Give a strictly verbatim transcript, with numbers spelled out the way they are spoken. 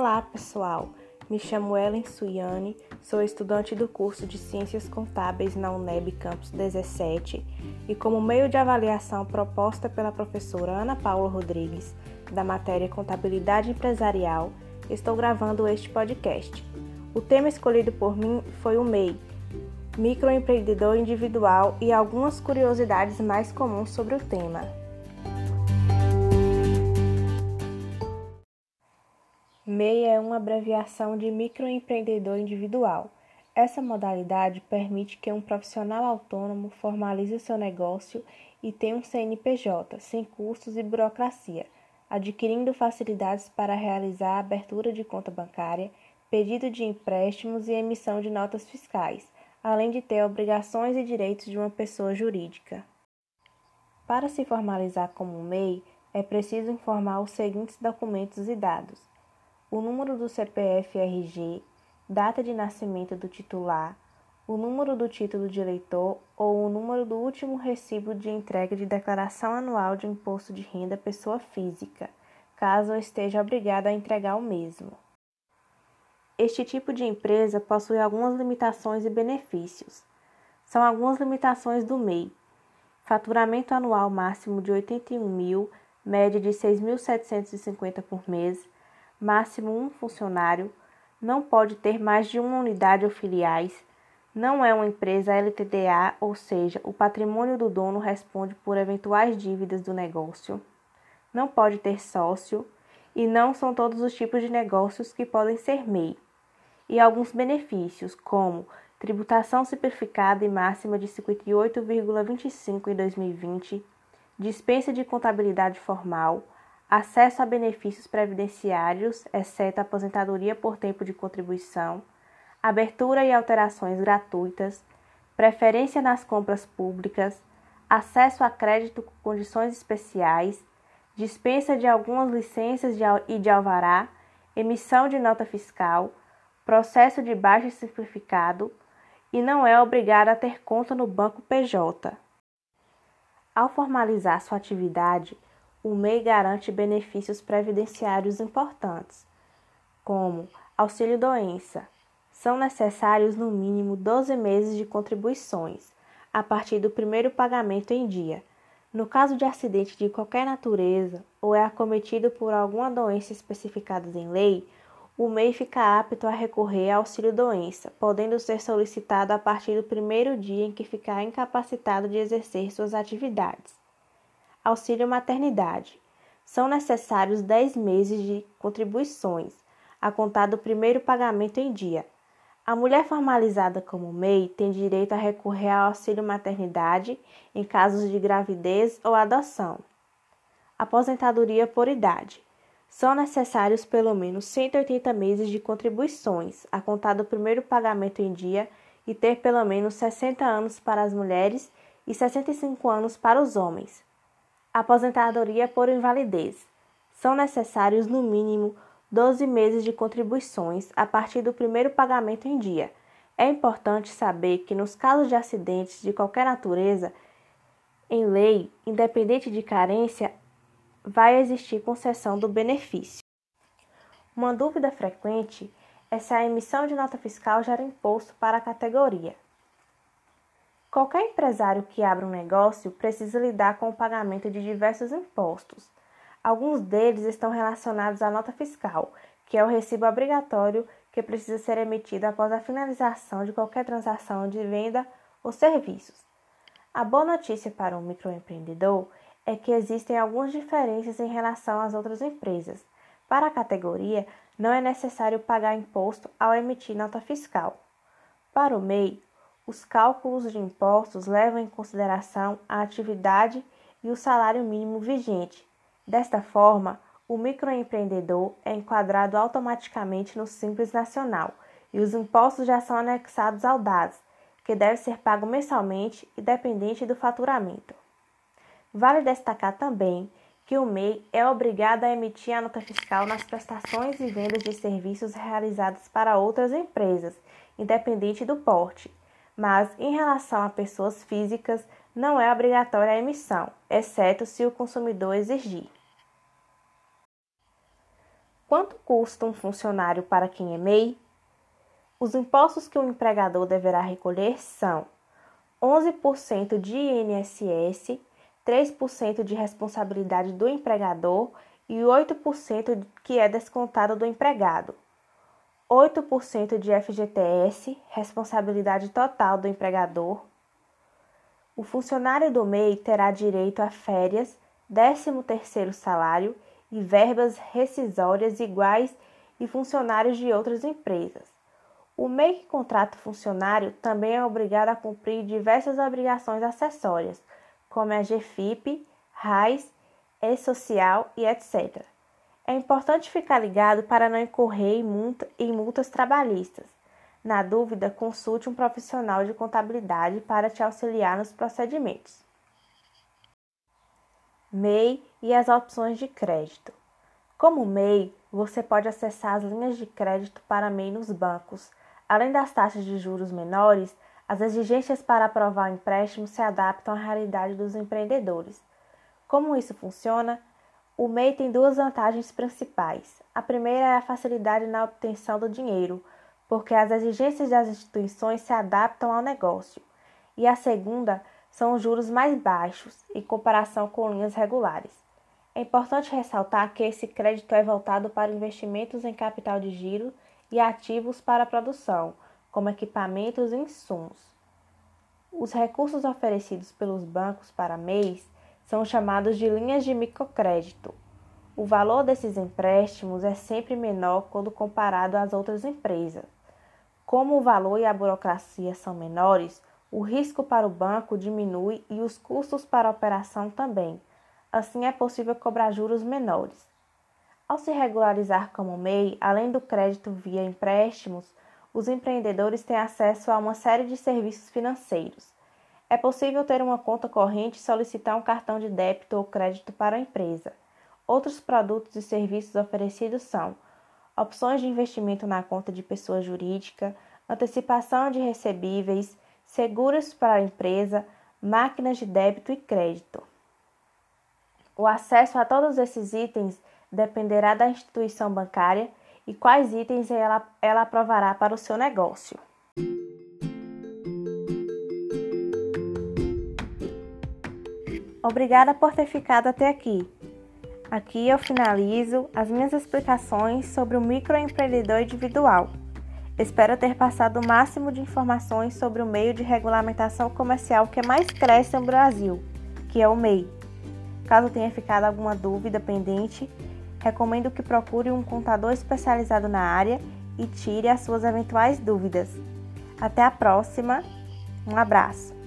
Olá, pessoal! Me chamo Ellen Suiane, sou estudante do curso de Ciências Contábeis na UNEB Campus dezessete e como meio de avaliação proposta pela professora Ana Paula Rodrigues, da matéria Contabilidade Empresarial, estou gravando este podcast. O tema escolhido por mim foi o M E I, Microempreendedor Individual, e algumas curiosidades mais comuns sobre o tema. M E I é uma abreviação de microempreendedor individual. Essa modalidade permite que um profissional autônomo formalize seu negócio e tenha um C N P J, sem custos e burocracia, adquirindo facilidades para realizar a abertura de conta bancária, pedido de empréstimos e emissão de notas fiscais, além de ter obrigações e direitos de uma pessoa jurídica. Para se formalizar como M E I, é preciso informar os seguintes documentos e dados: o número do C P F R G, data de nascimento do titular, o número do título de eleitor ou o número do último recibo de entrega de declaração anual de imposto de renda pessoa física, caso esteja obrigado a entregar o mesmo. Este tipo de empresa possui algumas limitações e benefícios. São algumas limitações do M E I: faturamento anual máximo de oitenta e um mil, média de seis mil setecentos e cinquenta por mês, máximo um funcionário, não pode ter mais de uma unidade ou filiais, não é uma empresa L T D A, ou seja, o patrimônio do dono responde por eventuais dívidas do negócio, não pode ter sócio e não são todos os tipos de negócios que podem ser M E I. E alguns benefícios, como tributação simplificada e máxima de cinquenta e oito vírgula vinte e cinco em dois mil e vinte, dispensa de contabilidade formal, acesso a benefícios previdenciários, exceto aposentadoria por tempo de contribuição, abertura e alterações gratuitas, preferência nas compras públicas, acesso a crédito com condições especiais, dispensa de algumas licenças e de alvará, emissão de nota fiscal, processo de baixa simplificado e não é obrigado a ter conta no Banco P J. Ao formalizar sua atividade, o M E I garante benefícios previdenciários importantes, como auxílio-doença. São necessários no mínimo doze meses de contribuições, a partir do primeiro pagamento em dia. No caso de acidente de qualquer natureza ou é acometido por alguma doença especificada em lei, o M E I fica apto a recorrer ao auxílio-doença, podendo ser solicitado a partir do primeiro dia em que ficar incapacitado de exercer suas atividades. Auxílio-maternidade. São necessários dez meses de contribuições, a contar do primeiro pagamento em dia. A mulher formalizada como M E I tem direito a recorrer ao auxílio-maternidade em casos de gravidez ou adoção. Aposentadoria por idade. São necessários pelo menos cento e oitenta meses de contribuições, a contar do primeiro pagamento em dia, e ter pelo menos sessenta anos para as mulheres e sessenta e cinco anos para os homens. Aposentadoria por invalidez. São necessários no mínimo doze meses de contribuições a partir do primeiro pagamento em dia. É importante saber que nos casos de acidentes de qualquer natureza, em lei, independente de carência, vai existir concessão do benefício. Uma dúvida frequente é se a emissão de nota fiscal gera imposto para a categoria. Qualquer empresário que abra um negócio precisa lidar com o pagamento de diversos impostos. Alguns deles estão relacionados à nota fiscal, que é o recibo obrigatório que precisa ser emitido após a finalização de qualquer transação de venda ou serviços. A boa notícia para um microempreendedor é que existem algumas diferenças em relação às outras empresas. Para a categoria, não é necessário pagar imposto ao emitir nota fiscal. Para o M E I, os cálculos de impostos levam em consideração a atividade e o salário mínimo vigente. Desta forma, o microempreendedor é enquadrado automaticamente no Simples Nacional e os impostos já são anexados ao D A S, que deve ser pago mensalmente, independente do faturamento. Vale destacar também que o M E I é obrigado a emitir a nota fiscal nas prestações e vendas de serviços realizados para outras empresas, independente do porte. Mas, em relação a pessoas físicas, não é obrigatória a emissão, exceto se o consumidor exigir. Quanto custa um funcionário para quem é M E I? Os impostos que o empregador deverá recolher são onze por cento de I N S S, três por cento de responsabilidade do empregador e oito por cento que é descontado do empregado, oito por cento de F G T S, responsabilidade total do empregador. O funcionário do M E I terá direito a férias, décimo terceiro salário e verbas rescisórias iguais e funcionários de outras empresas. O M E I que contrata o funcionário também é obrigado a cumprir diversas obrigações acessórias, como a G F I P, R A I S, E-Social e etcétera. É importante ficar ligado para não incorrer em, multa, em multas trabalhistas. Na dúvida, consulte um profissional de contabilidade para te auxiliar nos procedimentos. M E I e as opções de crédito. Como M E I, você pode acessar as linhas de crédito para M E I nos bancos. Além das taxas de juros menores, as exigências para aprovar o empréstimo se adaptam à realidade dos empreendedores. Como isso funciona? O M E I tem duas vantagens principais. A primeira é a facilidade na obtenção do dinheiro, porque as exigências das instituições se adaptam ao negócio. E a segunda são os juros mais baixos, em comparação com linhas regulares. É importante ressaltar que esse crédito é voltado para investimentos em capital de giro e ativos para a produção, como equipamentos e insumos. Os recursos oferecidos pelos bancos para M E Is são chamados de linhas de microcrédito. O valor desses empréstimos é sempre menor quando comparado às outras empresas. Como o valor e a burocracia são menores, o risco para o banco diminui e os custos para a operação também. Assim, é possível cobrar juros menores. Ao se regularizar como M E I, além do crédito via empréstimos, os empreendedores têm acesso a uma série de serviços financeiros. É possível ter uma conta corrente e solicitar um cartão de débito ou crédito para a empresa. Outros produtos e serviços oferecidos são opções de investimento na conta de pessoa jurídica, antecipação de recebíveis, seguros para a empresa, máquinas de débito e crédito. O acesso a todos esses itens dependerá da instituição bancária e quais itens ela, ela aprovará para o seu negócio. Obrigada por ter ficado até aqui. Aqui eu finalizo as minhas explicações sobre o microempreendedor individual. Espero ter passado o máximo de informações sobre o meio de regulamentação comercial que mais cresce no Brasil, que é o M E I. Caso tenha ficado alguma dúvida pendente, recomendo que procure um contador especializado na área e tire as suas eventuais dúvidas. Até a próxima, um abraço!